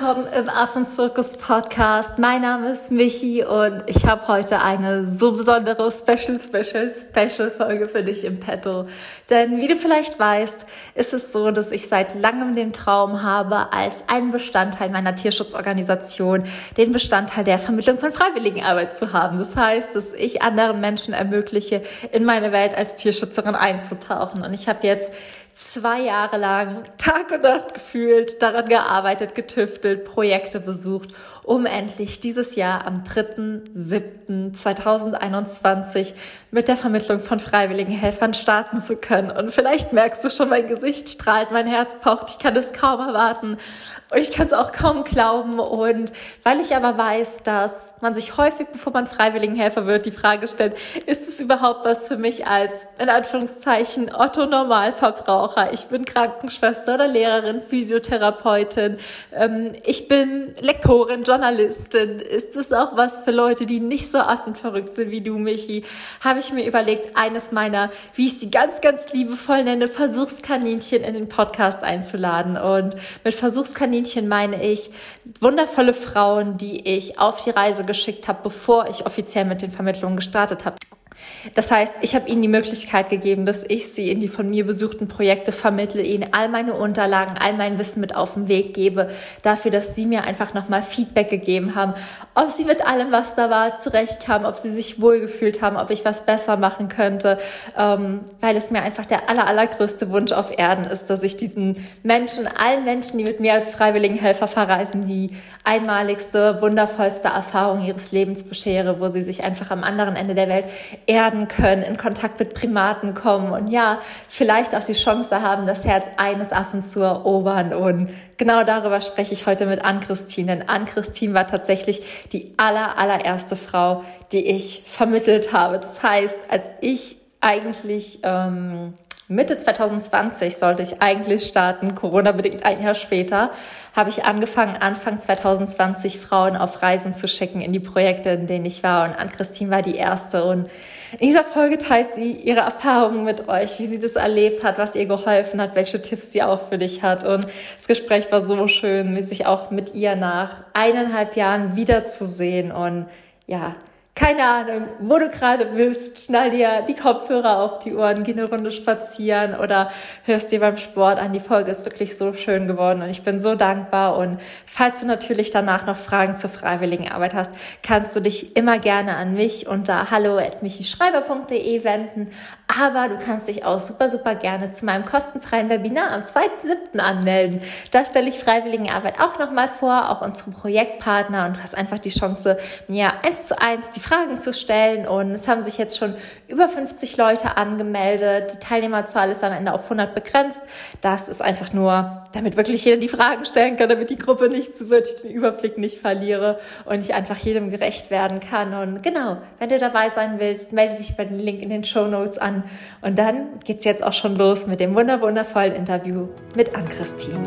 willkommen im Affenzirkus-Podcast. Mein Name ist Michi und ich habe heute eine so besondere Special-Folge für dich im Petto. Denn wie du vielleicht weißt, ist es so, dass ich seit langem den Traum habe, als einen Bestandteil meiner Tierschutzorganisation den Bestandteil der Vermittlung von Freiwilligenarbeit zu haben. Das heißt, dass ich anderen Menschen ermögliche, in meine Welt als Tierschützerin einzutauchen. Und ich habe jetzt 2 Jahre lang Tag und Nacht gefühlt daran gearbeitet, getüftelt, Projekte besucht, um endlich dieses Jahr am 3.7.2021 mit der Vermittlung von freiwilligen Helfern starten zu können. Und vielleicht merkst du schon, mein Gesicht strahlt, mein Herz pocht, ich kann es kaum erwarten und ich kann es auch kaum glauben. Und weil ich aber weiß, dass man sich häufig, bevor man Freiwilligenhelfer wird, die Frage stellt, ist es überhaupt was für mich als, in Anführungszeichen, Otto-Normalverbraucher? Ich bin Krankenschwester oder Lehrerin, Physiotherapeutin, ich bin Lektorin, Journalistin. Ist es auch was für Leute, die nicht so affenverrückt sind wie du, Michi? Habe ich mir überlegt, eines meiner, wie ich sie ganz, ganz liebevoll nenne, Versuchskaninchen in den Podcast einzuladen. Und mit Versuchskaninchen meine ich wundervolle Frauen, die ich auf die Reise geschickt habe, bevor ich offiziell mit den Vermittlungen gestartet habe. Das heißt, ich habe ihnen die Möglichkeit gegeben, dass ich sie in die von mir besuchten Projekte vermittle, ihnen all meine Unterlagen, all mein Wissen mit auf den Weg gebe, dafür, dass sie mir einfach nochmal Feedback gegeben haben, ob sie mit allem, was da war, zurechtkamen, ob sie sich wohlgefühlt haben, ob ich was besser machen könnte, weil es mir einfach der allergrößte Wunsch auf Erden ist, dass ich diesen Menschen, allen Menschen, die mit mir als Freiwilligenhelfer verreisen, die einmaligste, wundervollste Erfahrung ihres Lebens beschere, wo sie sich einfach am anderen Ende der Welt erden können, in Kontakt mit Primaten kommen und ja, vielleicht auch die Chance haben, das Herz eines Affen zu erobern. Und genau darüber spreche ich heute mit Ann-Christine. Denn Ann-Christine war tatsächlich die allererste Frau, die ich vermittelt habe. Das heißt, als ich eigentlich Mitte 2020 sollte ich eigentlich starten, Corona-bedingt ein Jahr später, habe ich angefangen, Anfang 2020 Frauen auf Reisen zu schicken in die Projekte, in denen ich war. Und Ann-Christine war die erste. Und in dieser Folge teilt sie ihre Erfahrungen mit euch, wie sie das erlebt hat, was ihr geholfen hat, welche Tipps sie auch für dich hat. Und das Gespräch war so schön, sich auch mit ihr nach 1,5 Jahren wiederzusehen. Und ja, keine Ahnung, wo du gerade bist, schnall dir die Kopfhörer auf die Ohren, geh eine Runde spazieren oder hörst dir beim Sport an. Die Folge ist wirklich so schön geworden und ich bin so dankbar. Und falls du natürlich danach noch Fragen zur Freiwilligenarbeit hast, kannst du dich immer gerne an mich unter hallo@michischreiber.de wenden. Aber du kannst dich auch super gerne zu meinem kostenfreien Webinar am 2.7. anmelden. Da stelle ich Freiwilligenarbeit auch nochmal vor, auch unsere Projektpartner, und du hast einfach die Chance, mir 1:1 die Fragen zu stellen. Und es haben sich jetzt schon über 50 Leute angemeldet. Die Teilnehmerzahl ist am Ende auf 100 begrenzt. Das ist einfach nur, damit wirklich jeder die Fragen stellen kann, damit die Gruppe nicht zu wird, ich den Überblick nicht verliere und ich einfach jedem gerecht werden kann. Und genau, wenn du dabei sein willst, melde dich bei dem Link in den Shownotes an. Und dann geht's jetzt auch schon los mit dem wundervollen Interview mit Ann-Christine.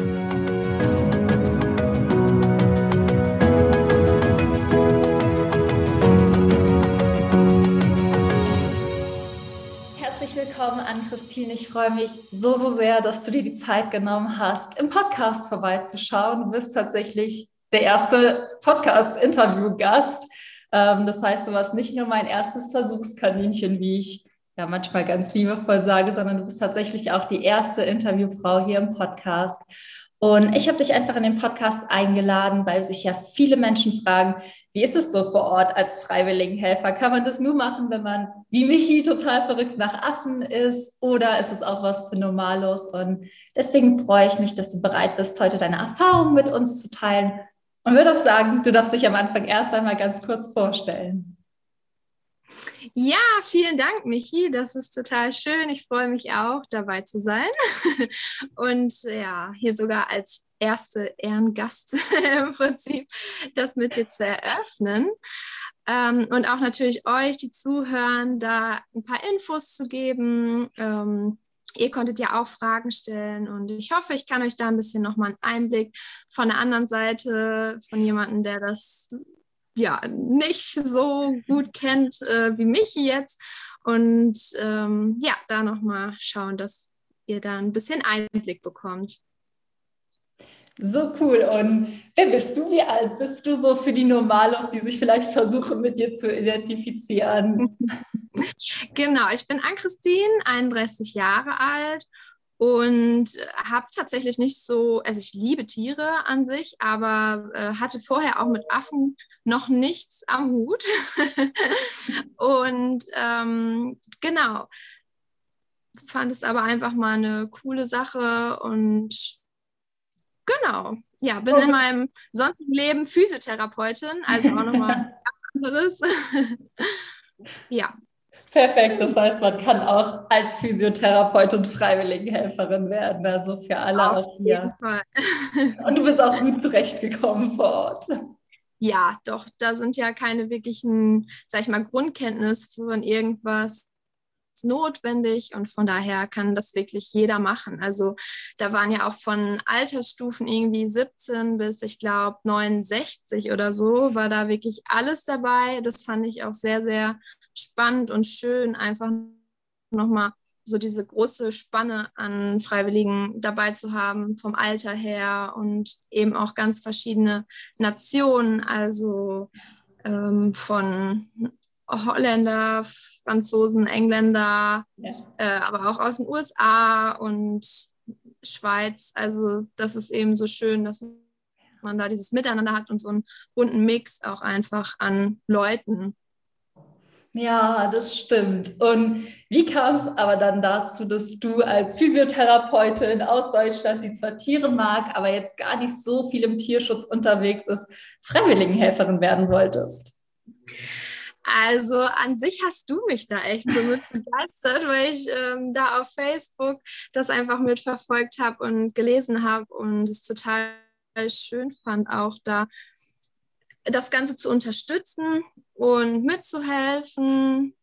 Herzlich willkommen, Ann-Christine. Ich freue mich so sehr, dass du dir die Zeit genommen hast, im Podcast vorbeizuschauen. Du bist tatsächlich der erste Podcast-Interview-Gast. Das heißt, du warst nicht nur mein erstes Versuchskaninchen, wie ich ja manchmal ganz liebevoll sage, sondern du bist tatsächlich auch die erste Interviewfrau hier im Podcast. Und ich habe dich einfach in den Podcast eingeladen, weil sich ja viele Menschen fragen, wie ist es so vor Ort als Freiwilligenhelfer? Kann man das nur machen, wenn man wie Michi total verrückt nach Affen ist, oder ist es auch was für Normalos? Und deswegen freue ich mich, dass du bereit bist, heute deine Erfahrungen mit uns zu teilen. Und würde auch sagen, du darfst dich am Anfang erst einmal ganz kurz vorstellen. Ja, vielen Dank, Michi. Das ist total schön. Ich freue mich auch, dabei zu sein. Und ja, hier sogar als erste Ehrengast im Prinzip das mit dir zu eröffnen. Und auch natürlich euch, die zuhören, da ein paar Infos zu geben. Ihr konntet ja auch Fragen stellen und ich hoffe, ich kann euch da ein bisschen nochmal einen Einblick von der anderen Seite, von jemandem, der das ja nicht so gut kennt wie mich jetzt, und ja, da nochmal schauen, dass ihr da ein bisschen Einblick bekommt. So cool. Und wer bist du? Wie alt bist du so für die Normalos, die sich vielleicht versuchen, mit dir zu identifizieren? Genau, ich bin Ann-Christine, 31 Jahre alt und habe tatsächlich nicht so, also ich liebe Tiere an sich, aber hatte vorher auch mit Affen noch nichts am Hut. Und genau, fand es aber einfach mal eine coole Sache und genau, ja, bin in meinem sonstigen Leben Physiotherapeutin, also auch nochmal anderes. Ja. Perfekt, das heißt, man kann auch als Physiotherapeutin Freiwilligenhelferin werden, also für alle Auf auch jeden hier. Fall. Und du bist auch gut zurechtgekommen vor Ort. Ja, doch, da sind ja keine wirklichen, sag ich mal, Grundkenntnisse von irgendwas notwendig und von daher kann das wirklich jeder machen. Also da waren ja auch von Altersstufen irgendwie 17 bis, ich glaube, 69 oder so, war da wirklich alles dabei. Das fand ich auch sehr, sehr spannend und schön, einfach nochmal so diese große Spanne an Freiwilligen dabei zu haben, vom Alter her und eben auch ganz verschiedene Nationen, also von Holländer, Franzosen, Engländer, Ja. aber auch aus den USA und Schweiz. Also das ist eben so schön, dass man da dieses Miteinander hat und so einen bunten Mix auch einfach an Leuten. Ja, das stimmt. Und wie kam es aber dann dazu, dass du als Physiotherapeutin aus Deutschland, die zwar Tiere mag, aber jetzt gar nicht so viel im Tierschutz unterwegs ist, Freiwilligenhelferin werden wolltest? Also an sich hast du mich da echt so mit begeistert, weil ich da auf Facebook das einfach mitverfolgt habe und gelesen habe und es total schön fand, auch da das Ganze zu unterstützen und mitzuhelfen.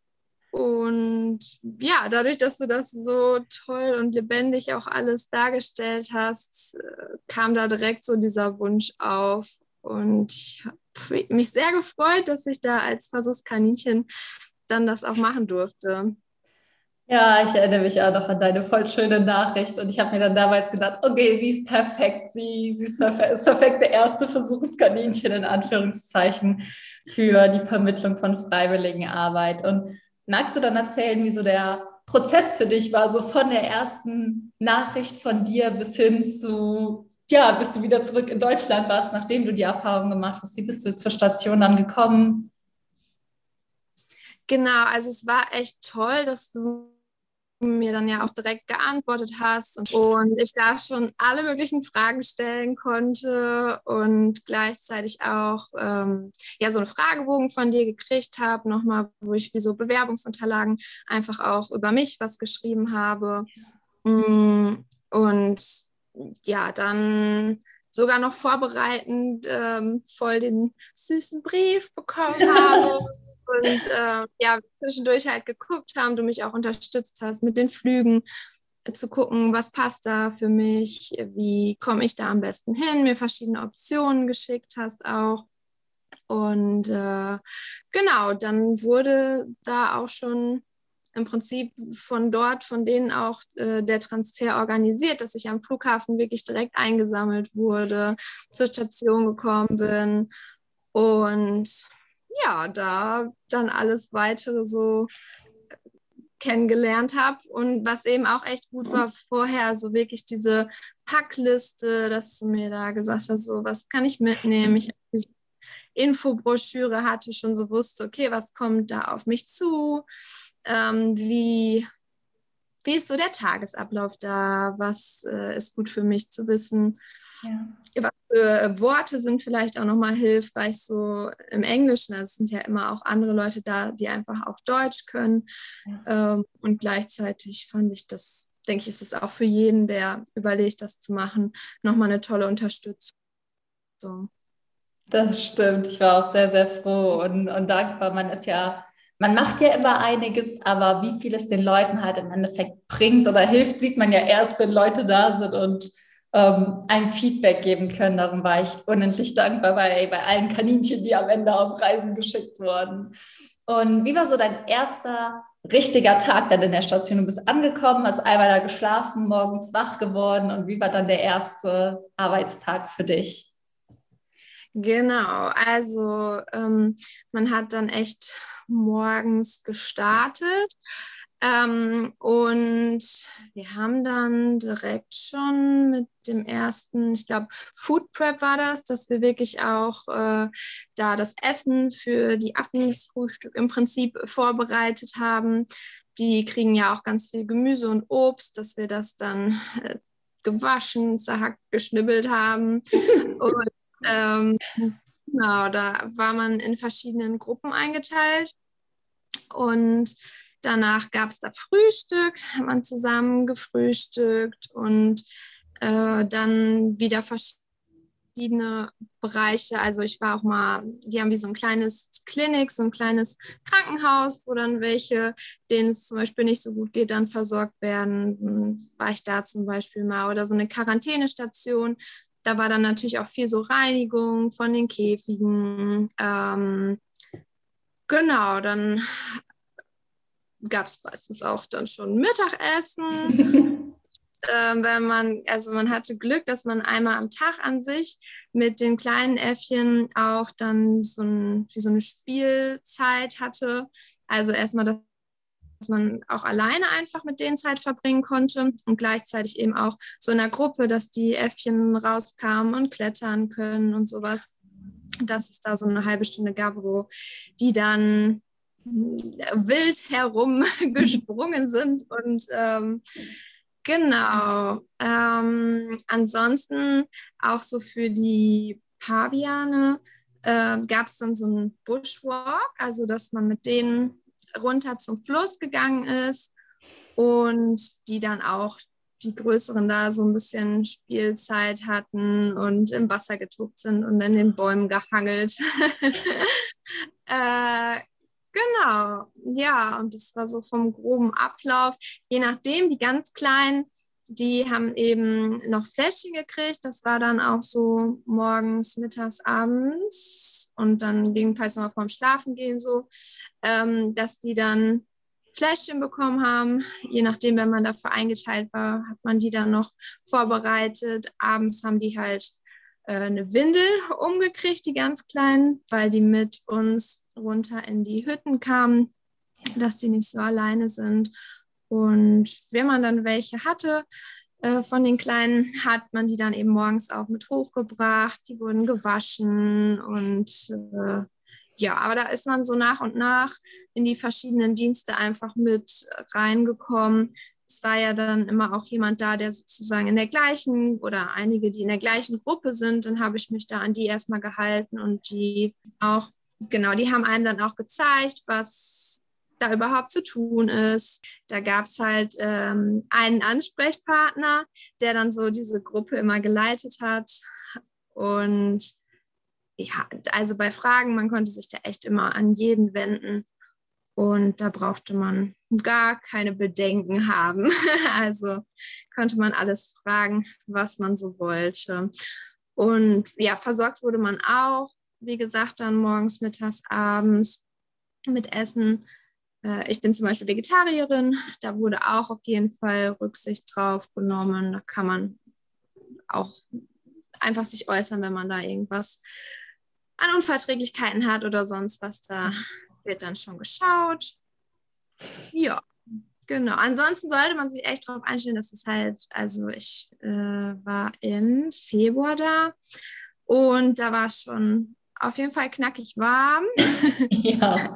Und ja, dadurch, dass du das so toll und lebendig auch alles dargestellt hast, kam da direkt so dieser Wunsch auf. Und ich habe mich sehr gefreut, dass ich da als Versuchskaninchen dann das auch machen durfte. Ja, ich erinnere mich auch noch an deine voll schöne Nachricht und ich habe mir dann damals gedacht, okay, sie ist perfekt, sie ist das perfekte erste Versuchskaninchen in Anführungszeichen für die Vermittlung von Freiwilligenarbeit. Und magst du dann erzählen, wie so der Prozess für dich war, so von der ersten Nachricht von dir bis hin zu, ja, bis du wieder zurück in Deutschland warst, nachdem du die Erfahrung gemacht hast, wie bist du zur Station dann gekommen? Genau, also es war echt toll, dass du mir dann ja auch direkt geantwortet hast und ich da schon alle möglichen Fragen stellen konnte und gleichzeitig auch ja so einen Fragebogen von dir gekriegt habe, nochmal, wo ich wie so Bewerbungsunterlagen einfach auch über mich was geschrieben habe. Und ja, dann sogar noch vorbereitend voll den süßen Brief bekommen habe und ja, zwischendurch halt geguckt haben, du mich auch unterstützt hast mit den Flügen, zu gucken, was passt da für mich, wie komme ich da am besten hin, mir verschiedene Optionen geschickt hast auch. Und genau, dann wurde da auch schon im Prinzip von dort, von denen auch der Transfer organisiert, dass ich am Flughafen wirklich direkt eingesammelt wurde, zur Station gekommen bin und ja, da dann alles weitere so kennengelernt habe und was eben auch echt gut war vorher, so wirklich diese Packliste, dass du mir da gesagt hast, so was kann ich mitnehmen. Ich habe diese Infobroschüre, hatte schon so wusste, okay, was kommt da auf mich zu, wie ist so der Tagesablauf da, was ist gut für mich zu wissen. Ja. Was für Worte sind vielleicht auch nochmal hilfreich, so im Englischen. Es sind ja immer auch andere Leute da, die einfach auch Deutsch können. Und gleichzeitig fand ich das, denke ich, ist es auch für jeden, der überlegt, das zu machen, nochmal eine tolle Unterstützung. Das stimmt. Ich war auch sehr, sehr froh und dankbar. Man macht ja immer einiges, aber wie viel es den Leuten halt im Endeffekt bringt oder hilft, sieht man ja erst, wenn Leute da sind und ein Feedback geben können. Darum war ich unendlich dankbar bei allen Kaninchen, die am Ende auf Reisen geschickt wurden. Und wie war so dein erster richtiger Tag dann in der Station? Du bist angekommen, hast einmal da geschlafen, morgens wach geworden. Und wie war dann der erste Arbeitstag für dich? Genau, also man hat dann echt morgens gestartet und wir haben dann direkt schon mit dem ersten, ich glaube, Food Prep war das, dass wir wirklich auch da das Essen für die Affen, das Frühstück im Prinzip vorbereitet haben. Die kriegen ja auch ganz viel Gemüse und Obst, dass wir das dann gewaschen, zerhackt, geschnibbelt haben. Und genau, da war man in verschiedenen Gruppen eingeteilt und danach gab es da Frühstück, hat man zusammen gefrühstückt und dann wieder verschiedene Bereiche. Also ich war auch mal, die haben wie so ein kleines Klinik, so ein kleines Krankenhaus, wo dann welche, denen es zum Beispiel nicht so gut geht, dann versorgt werden. War ich da zum Beispiel mal oder so eine Quarantänestation. Da war dann natürlich auch viel so Reinigung von den Käfigen. Genau, dann gab es meistens auch dann schon Mittagessen. Wenn man hatte Glück, dass man einmal am Tag an sich mit den kleinen Äffchen auch dann wie so eine Spielzeit hatte. Also erstmal, dass man auch alleine einfach mit denen Zeit verbringen konnte und gleichzeitig eben auch so in einer Gruppe, dass die Äffchen rauskamen und klettern können und sowas. Dass es da so eine halbe Stunde gab, wo die dann wild herum gesprungen sind und genau. Ansonsten auch so für die Paviane gab es dann so einen Bushwalk, also dass man mit denen runter zum Fluss gegangen ist und die dann auch die Größeren da so ein bisschen Spielzeit hatten und im Wasser getobt sind und in den Bäumen gehangelt. Genau, ja, und das war so vom groben Ablauf. Je nachdem, die ganz Kleinen, die haben eben noch Fläschchen gekriegt. Das war dann auch so morgens, mittags, abends und dann gegebenenfalls noch vorm Schlafengehen so, dass die dann Fläschchen bekommen haben. Je nachdem, wenn man dafür eingeteilt war, hat man die dann noch vorbereitet. Abends haben die halt eine Windel umgekriegt, die ganz Kleinen, weil die mit uns runter in die Hütten kamen, dass die nicht so alleine sind. Und wenn man dann welche hatte von den Kleinen, hat man die dann eben morgens auch mit hochgebracht. Die wurden gewaschen und ja, aber da ist man so nach und nach in die verschiedenen Dienste einfach mit reingekommen. Es war ja dann immer auch jemand da, der sozusagen in der gleichen oder einige, die in der gleichen Gruppe sind. Dann habe ich mich da an die erstmal gehalten und die auch, genau, die haben einem dann auch gezeigt, was da überhaupt zu tun ist. Da gab es halt einen Ansprechpartner, der dann so diese Gruppe immer geleitet hat. Und ja, also bei Fragen, man konnte sich da echt immer an jeden wenden. Und da brauchte man gar keine Bedenken haben. Also konnte man alles fragen, was man so wollte. Und ja, versorgt wurde man auch, wie gesagt, dann morgens, mittags, abends mit Essen. Ich bin zum Beispiel Vegetarierin. Da wurde auch auf jeden Fall Rücksicht drauf genommen. Da kann man auch einfach sich äußern, wenn man da irgendwas an Unverträglichkeiten hat oder sonst was. Da wird dann schon geschaut. Ja, genau. Ansonsten sollte man sich echt darauf einstellen, dass es halt, also ich war im Februar da und da war es schon auf jeden Fall knackig warm. Ja.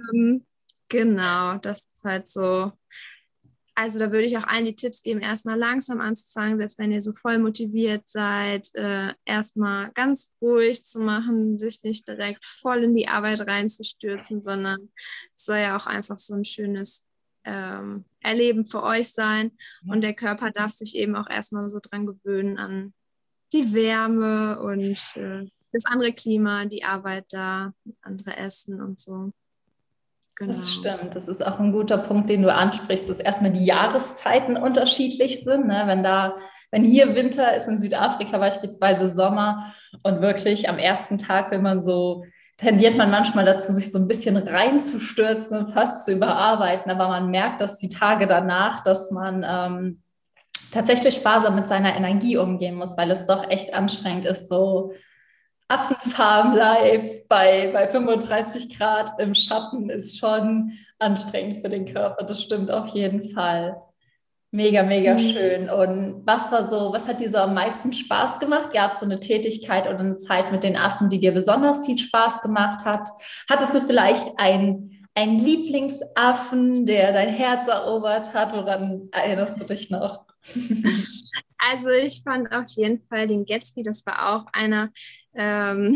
Genau, das ist halt so. Also da würde ich auch allen die Tipps geben, erstmal langsam anzufangen, selbst wenn ihr so voll motiviert seid, erstmal ganz ruhig zu machen, sich nicht direkt voll in die Arbeit reinzustürzen, sondern es soll ja auch einfach so ein schönes Erleben für euch sein. Und der Körper darf sich eben auch erstmal so dran gewöhnen an die Wärme und das andere Klima, die Arbeit da, andere Essen und so. Genau. Das Genau. stimmt. Das ist auch ein guter Punkt, den du ansprichst, dass erstmal die Jahreszeiten unterschiedlich sind. Ne? Wenn hier Winter ist, in Südafrika beispielsweise Sommer und wirklich am ersten Tag will man so tendiert man manchmal dazu, sich so ein bisschen reinzustürzen und fast zu überarbeiten. Aber man merkt, dass die Tage danach, dass man tatsächlich sparsam mit seiner Energie umgehen muss, weil es doch echt anstrengend ist, so Affenfarm live bei 35 Grad im Schatten ist schon anstrengend für den Körper. Das stimmt auf jeden Fall. Mega, mega Mhm. schön. Und was hat dir so am meisten Spaß gemacht? Gab es so eine Tätigkeit oder eine Zeit mit den Affen, die dir besonders viel Spaß gemacht hat? Hattest du vielleicht einen Lieblingsaffen, der dein Herz erobert hat? Woran erinnerst du dich noch? Also ich fand auf jeden Fall den Gatsby, das war auch einer ähm,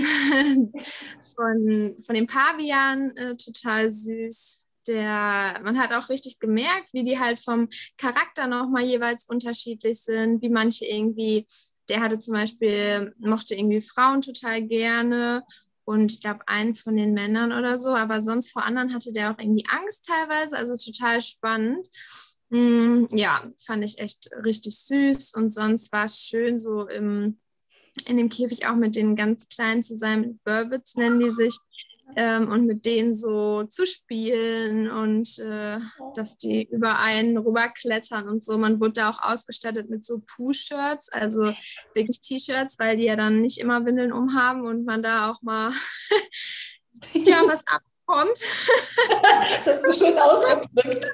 von den Pavianen total süß. Man hat auch richtig gemerkt, wie die halt vom Charakter nochmal jeweils unterschiedlich sind, wie manche irgendwie, der hatte zum Beispiel, mochte irgendwie Frauen total gerne und ich glaube einen von den Männern oder so, aber sonst vor anderen hatte der auch irgendwie Angst teilweise, also total spannend. Ja, fand ich echt richtig süß und sonst war es schön, so in dem Käfig auch mit den ganz Kleinen zu sein, mit Burbits nennen die sich, und mit denen so zu spielen und dass die über einen rüberklettern und so. Man wurde da auch ausgestattet mit so Pooh-Shirts, also wirklich T-Shirts, weil die ja dann nicht immer Windeln umhaben und man da auch mal ja, was abkommt. Das hast du schön ausgedrückt.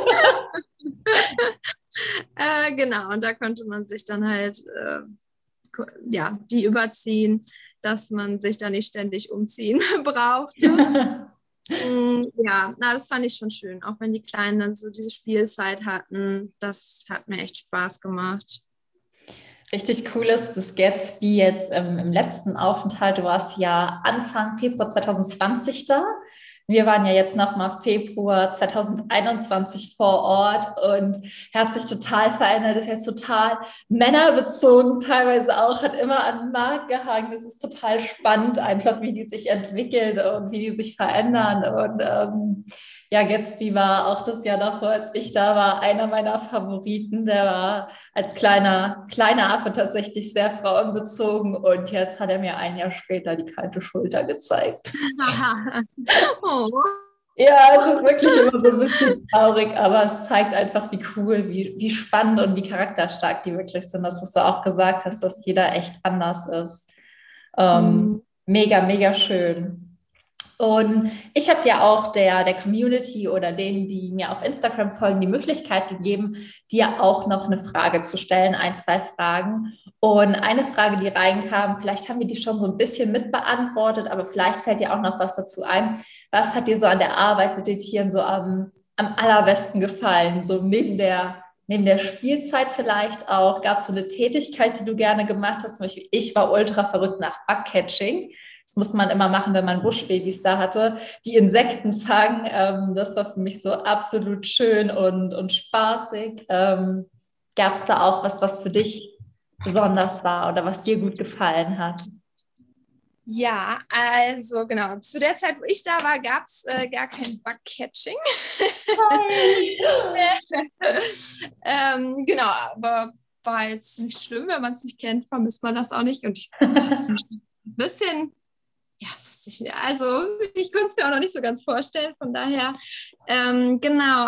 Genau, und da konnte man sich dann halt ja, die überziehen, dass man sich da nicht ständig umziehen brauchte. Ja, na, das fand ich schon schön, auch wenn die Kleinen dann so diese Spielzeit hatten. Das hat mir echt Spaß gemacht. Richtig cool ist, das Gatsby jetzt im letzten Aufenthalt, du warst ja Anfang Februar 2020 da. Wir waren ja jetzt nochmal Februar 2021 vor Ort und er hat sich total verändert, ist jetzt total männerbezogen, teilweise auch, hat immer an den Markt gehangen. Das ist total spannend, einfach wie die sich entwickeln und wie die sich verändern. Und ja, Gatsby war auch das Jahr davor, als ich da war, einer meiner Favoriten. Der war als kleiner Affe tatsächlich sehr frauenbezogen und jetzt hat er mir ein Jahr später die kalte Schulter gezeigt. Oh. Ja, es ist wirklich immer so ein bisschen traurig, aber es zeigt einfach, wie cool, wie spannend und wie charakterstark die wirklich sind. Das, was du auch gesagt hast, dass jeder echt anders ist. Hm. Mega, mega schön. Und ich habe dir auch der Community oder denen, die mir auf Instagram folgen, die Möglichkeit gegeben, dir auch noch eine Frage zu stellen, ein, zwei Fragen. Und eine Frage, die reinkam, vielleicht haben wir die schon so ein bisschen mitbeantwortet, aber vielleicht fällt dir auch noch was dazu ein. Was hat dir so an der Arbeit mit den Tieren so am allerbesten gefallen? So neben der Spielzeit vielleicht auch, gab es so eine Tätigkeit, die du gerne gemacht hast? Zum Beispiel, ich war ultra verrückt nach Bugcatching. Das muss man immer machen, wenn man Buschbabys da hatte. Die Insekten fangen, das war für mich so absolut schön und spaßig. Gab es da auch was für dich besonders war oder was dir gut gefallen hat? Ja, also genau. Zu der Zeit, wo ich da war, gab es gar kein Bug-Catching. Genau, aber war jetzt nicht schlimm, wenn man es nicht kennt, vermisst man das auch nicht. Und ich habe mich ein bisschen, ja, wusste ich nicht. Also ich konnte es mir auch noch nicht so ganz vorstellen. Von daher, genau,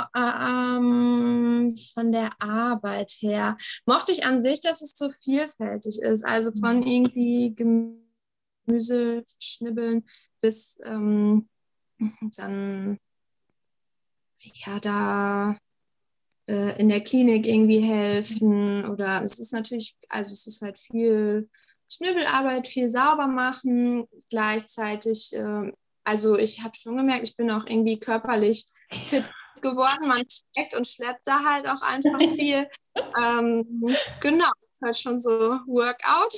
von der Arbeit her mochte ich an sich, dass es so vielfältig ist. Also von irgendwie Gemüse schnibbeln bis dann ja da in der Klinik irgendwie helfen oder es ist natürlich, also es ist halt viel Schnibbelarbeit, viel sauber machen, gleichzeitig, also ich habe schon gemerkt, ich bin auch irgendwie körperlich fit geworden, man trägt und schleppt da halt auch einfach viel. Genau, ist halt schon so Workout.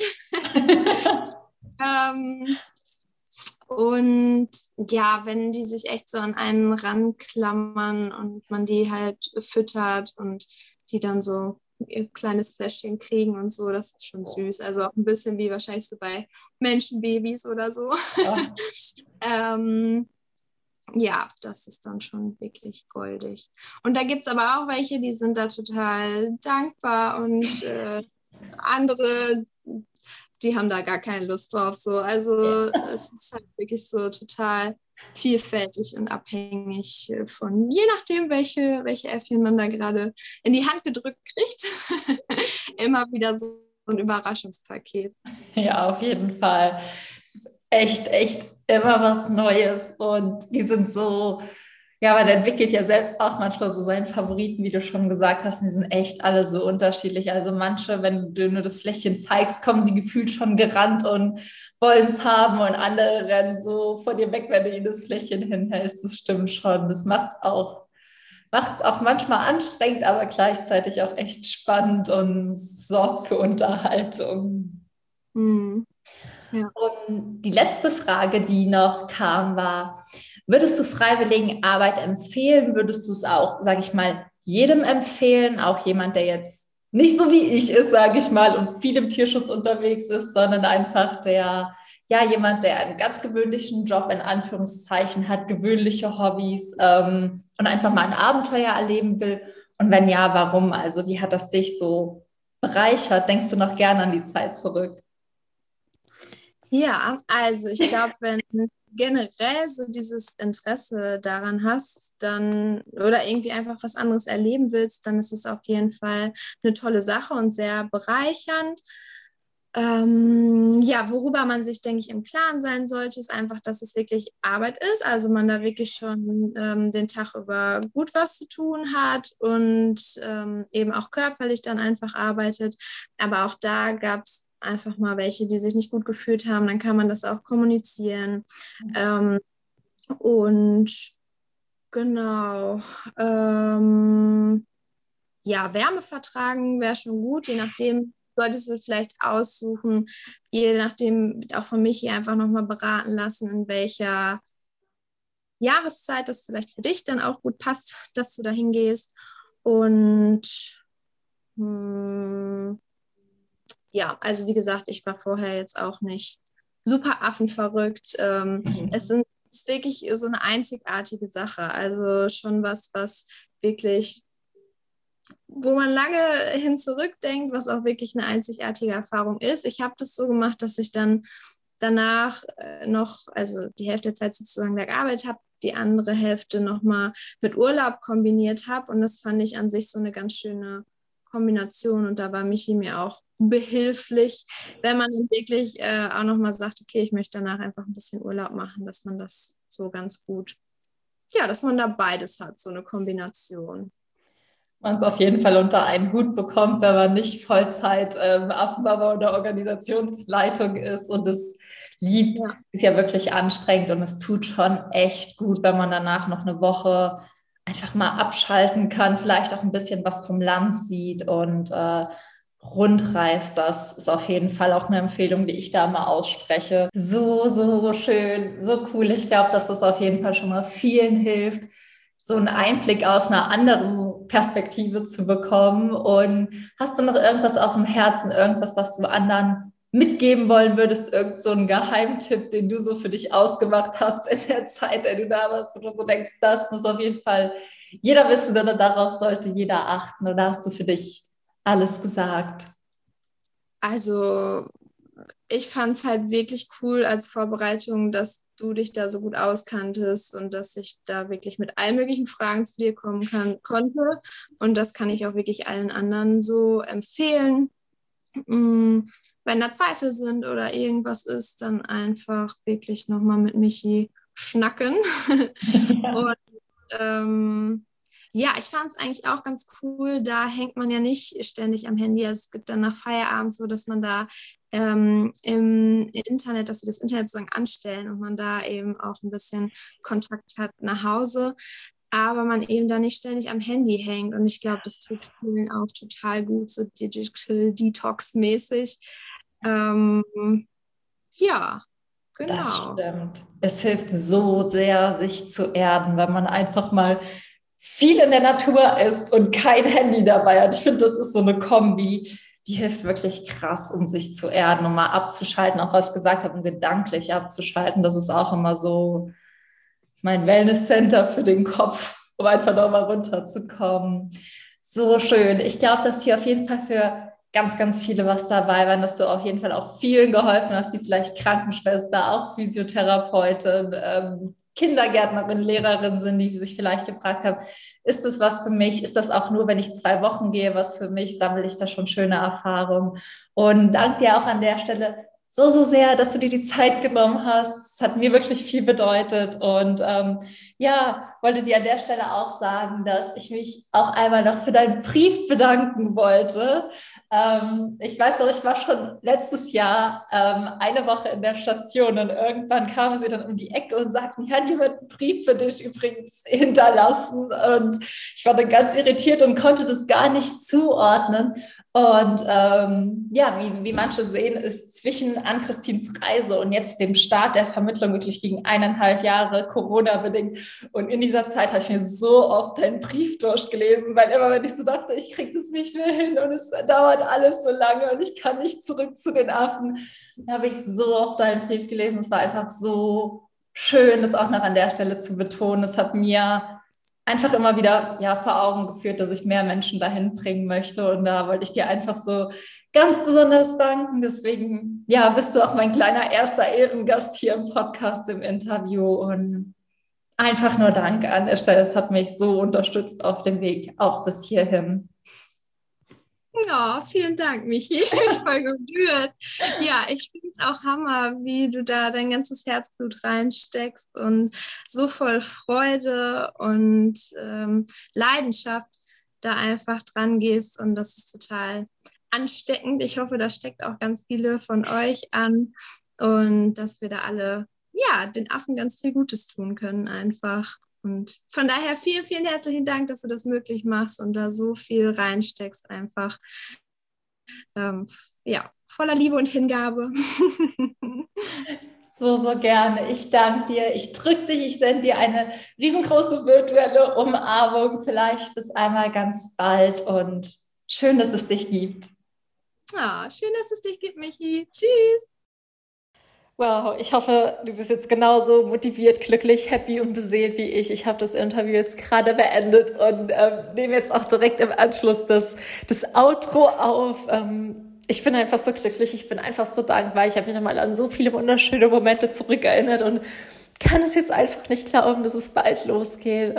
Und ja, wenn die sich echt so an einen ranklammern und man die halt füttert und die dann so ihr kleines Fläschchen kriegen und so, das ist schon süß. Also auch ein bisschen wie wahrscheinlich so bei Menschenbabys oder so. Ja. ähm, ja, das ist dann schon wirklich goldig. Und da gibt es aber auch welche, die sind da total dankbar und andere die haben da gar keine Lust drauf. So. Also es ist halt wirklich so total vielfältig und abhängig von, je nachdem, welche Äffchen man da gerade in die Hand gedrückt kriegt, immer wieder so ein Überraschungspaket. Ja, auf jeden Fall. Es ist echt immer was Neues und die sind so, ja, man entwickelt ja selbst auch manchmal so seinen Favoriten, wie du schon gesagt hast, und die sind echt alle so unterschiedlich. Also manche, wenn du nur das Fläschchen zeigst, kommen sie gefühlt schon gerannt und wollen es haben und andere rennen so von dir weg, wenn du ihnen das Fläschchen hinhältst. Das stimmt schon. Das macht's auch manchmal anstrengend, aber gleichzeitig auch echt spannend und sorgt für Unterhaltung. Hm. Ja. Und die letzte Frage, die noch kam, war, würdest du Freiwilligenarbeit empfehlen? Würdest du es auch, sage ich mal, jedem empfehlen? Auch jemand, der jetzt nicht so wie ich ist, sage ich mal, und viel im Tierschutz unterwegs ist, sondern einfach jemand, der einen ganz gewöhnlichen Job in Anführungszeichen hat, gewöhnliche Hobbys und einfach mal ein Abenteuer erleben will. Und wenn ja, warum? Also wie hat das dich so bereichert? Denkst du noch gerne an die Zeit zurück? Ja, also ich glaube, wenn du generell so dieses Interesse daran hast, dann oder irgendwie einfach was anderes erleben willst, dann ist es auf jeden Fall eine tolle Sache und sehr bereichernd. Ja, worüber man sich, denke ich, im Klaren sein sollte, ist einfach, dass es wirklich Arbeit ist. Also man da wirklich schon den Tag über gut was zu tun hat und eben auch körperlich dann einfach arbeitet. Aber auch da gab es einfach mal welche, die sich nicht gut gefühlt haben. Dann kann man das auch kommunizieren. Und genau. Ja, Wärme vertragen wäre schon gut, je nachdem solltest du vielleicht aussuchen, je nachdem auch von Michi einfach nochmal beraten lassen, in welcher Jahreszeit das vielleicht für dich dann auch gut passt, dass du da hingehst. Und ja, also wie gesagt, ich war vorher jetzt auch nicht super affenverrückt. Es ist wirklich so eine einzigartige Sache. Also schon was wirklich, wo man lange hin zurückdenkt, was auch wirklich eine einzigartige Erfahrung ist. Ich habe das so gemacht, dass ich dann danach noch, also die Hälfte der Zeit sozusagen da gearbeitet habe, die andere Hälfte nochmal mit Urlaub kombiniert habe. Und das fand ich an sich so eine ganz schöne Kombination. Und da war Michi mir auch behilflich, wenn man dann wirklich auch nochmal sagt, okay, ich möchte danach einfach ein bisschen Urlaub machen, dass man das so ganz gut, ja, dass man da beides hat, so eine Kombination. Man es auf jeden Fall unter einen Hut bekommt, wenn man nicht Vollzeit Affenmama oder Organisationsleitung ist und es liebt, Ja. ist ja wirklich anstrengend und es tut schon echt gut, wenn man danach noch eine Woche einfach mal abschalten kann, vielleicht auch ein bisschen was vom Land sieht und rundreist. Das ist auf jeden Fall auch eine Empfehlung, die ich da mal ausspreche. So schön, so cool. Ich glaube, dass das auf jeden Fall schon mal vielen hilft, so einen Einblick aus einer anderen Perspektive zu bekommen. Und hast du noch irgendwas auf dem Herzen, irgendwas, was du anderen mitgeben wollen würdest, irgend so einen Geheimtipp, den du so für dich ausgemacht hast in der Zeit, in der du da warst, wo du so denkst, das muss auf jeden Fall jeder wissen oder darauf sollte jeder achten? Oder hast du für dich alles gesagt? Also ich fand es halt wirklich cool als Vorbereitung, dass du dich da so gut auskanntest und dass ich da wirklich mit allen möglichen Fragen zu dir konnte. Und das kann ich auch wirklich allen anderen so empfehlen. Wenn da Zweifel sind oder irgendwas ist, dann einfach wirklich nochmal mit Michi schnacken. Und ja, ich fand es eigentlich auch ganz cool. Da hängt man ja nicht ständig am Handy. Also es gibt dann nach Feierabend so, dass man da im Internet, dass sie das Internet sozusagen anstellen und man da eben auch ein bisschen Kontakt hat nach Hause, aber man eben da nicht ständig am Handy hängt. Und ich glaube, das tut vielen auch total gut, so Digital Detox-mäßig. Ja, Das genau. stimmt. Es hilft so sehr, sich zu erden, wenn man einfach mal viel in der Natur ist und kein Handy dabei hat. Ich finde, das ist so eine Kombi, die hilft wirklich krass, um sich zu erden, um mal abzuschalten, auch was ich gesagt habe, um gedanklich abzuschalten. Das ist auch immer so mein Wellness-Center für den Kopf, um einfach nochmal runterzukommen. So schön. Ich glaube, dass hier auf jeden Fall für ganz, ganz viele was dabei waren, dass du auf jeden Fall auch vielen geholfen hast, die vielleicht Krankenschwester, auch Physiotherapeutin, Kindergärtnerin, Lehrerin sind, die sich vielleicht gefragt haben, ist das was für mich? Ist das auch nur, wenn ich 2 Wochen gehe, was für mich? Sammle ich da schon schöne Erfahrungen? Und danke dir auch an der Stelle so, so sehr, dass du dir die Zeit genommen hast. Es hat mir wirklich viel bedeutet. Und ja, wollte dir an der Stelle auch sagen, dass ich mich auch einmal noch für deinen Brief bedanken wollte. Ich weiß noch, ich war schon letztes Jahr eine Woche in der Station und irgendwann kamen sie dann um die Ecke und sagten, hier hat jemand einen Brief für dich übrigens hinterlassen. Und ich war dann ganz irritiert und konnte das gar nicht zuordnen. Und ja, wie manche sehen, ist zwischen Ann-Christins Reise und jetzt dem Start der Vermittlung wirklich gegen 1,5 Jahre Corona-bedingt. Und in dieser Zeit habe ich mir so oft deinen Brief durchgelesen, weil immer, wenn ich so dachte, ich kriege das nicht mehr hin und es dauert alles so lange und ich kann nicht zurück zu den Affen, habe ich so oft deinen Brief gelesen. Es war einfach so schön, das auch noch an der Stelle zu betonen. Es hat mir einfach immer wieder vor Augen geführt, dass ich mehr Menschen dahin bringen möchte. Und da wollte ich dir einfach so ganz besonders danken. Deswegen, bist du auch mein kleiner erster Ehrengast hier im Podcast, im Interview. Und einfach nur Danke an der Stelle. Es hat mich so unterstützt auf dem Weg, auch bis hierhin. Ja, vielen Dank, Michi. Ich bin voll gerührt. Ja, ich finde es auch Hammer, wie du da dein ganzes Herzblut reinsteckst und so voll Freude und Leidenschaft da einfach dran gehst. Und das ist total ansteckend. Ich hoffe, das steckt auch ganz viele von euch an und dass wir da alle, den Affen ganz viel Gutes tun können einfach. Und von daher vielen, vielen herzlichen Dank, dass du das möglich machst und da so viel reinsteckst, einfach voller Liebe und Hingabe. So, so gerne. Ich danke dir. Ich drücke dich. Ich sende dir eine riesengroße virtuelle Umarmung. Vielleicht bis einmal ganz bald und schön, dass es dich gibt. Schön, dass es dich gibt, Michi. Tschüss. Wow, ich hoffe, du bist jetzt genauso motiviert, glücklich, happy und beseelt wie ich. Ich habe das Interview jetzt gerade beendet und nehme jetzt auch direkt im Anschluss das Outro auf. Ich bin einfach so glücklich, ich bin einfach so dankbar. Ich habe mich nochmal an so viele wunderschöne Momente zurückerinnert und kann es jetzt einfach nicht glauben, dass es bald losgeht.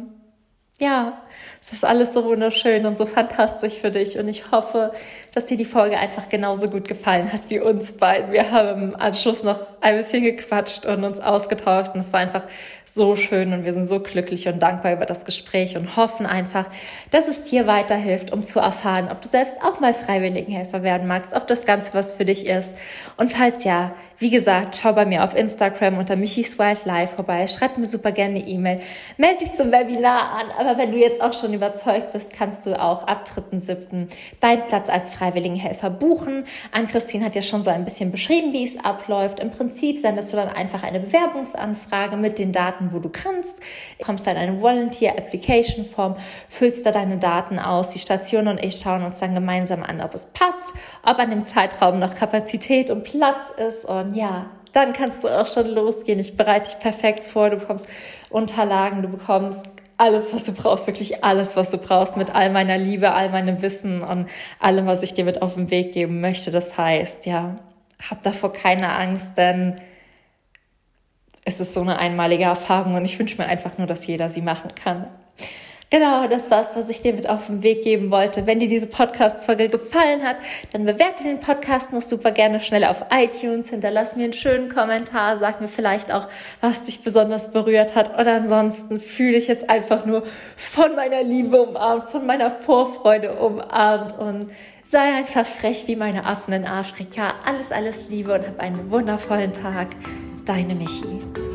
Es ist alles so wunderschön und so fantastisch für dich und ich hoffe, dass dir die Folge einfach genauso gut gefallen hat wie uns beiden. Wir haben im Anschluss noch ein bisschen gequatscht und uns ausgetauscht und es war einfach so schön und wir sind so glücklich und dankbar über das Gespräch und hoffen einfach, dass es dir weiterhilft, um zu erfahren, ob du selbst auch mal Freiwilligenhelfer werden magst, ob das Ganze was für dich ist. Und falls ja, wie gesagt, schau bei mir auf Instagram unter Michis Wildlife vorbei, schreib mir super gerne eine E-Mail, melde dich zum Webinar an, aber wenn du jetzt auch schon überzeugt bist, kannst du auch ab 3.7. deinen Platz als Freiwilligenhelfer buchen. Ann-Christine hat ja schon so ein bisschen beschrieben, wie es abläuft. Im Prinzip sendest du dann einfach eine Bewerbungsanfrage mit den Daten, wo du kannst, kommst dann in eine Volunteer Application Form, füllst da deine Daten aus. Die Station und ich schauen uns dann gemeinsam an, ob es passt, ob an dem Zeitraum noch Kapazität und Platz ist und dann kannst du auch schon losgehen. Ich bereite dich perfekt vor, du bekommst Unterlagen, du bekommst alles, was du brauchst, wirklich alles, was du brauchst, mit all meiner Liebe, all meinem Wissen und allem, was ich dir mit auf den Weg geben möchte. Das heißt, hab davor keine Angst, denn es ist so eine einmalige Erfahrung und ich wünsche mir einfach nur, dass jeder sie machen kann. Genau, das war's, was ich dir mit auf den Weg geben wollte. Wenn dir diese Podcast-Folge gefallen hat, dann bewerte den Podcast noch super gerne schnell auf iTunes, hinterlass mir einen schönen Kommentar, sag mir vielleicht auch, was dich besonders berührt hat oder ansonsten fühle ich jetzt einfach nur von meiner Liebe umarmt, von meiner Vorfreude umarmt und sei einfach frech wie meine Affen in Afrika. Alles, alles Liebe und hab einen wundervollen Tag. Deine Michi.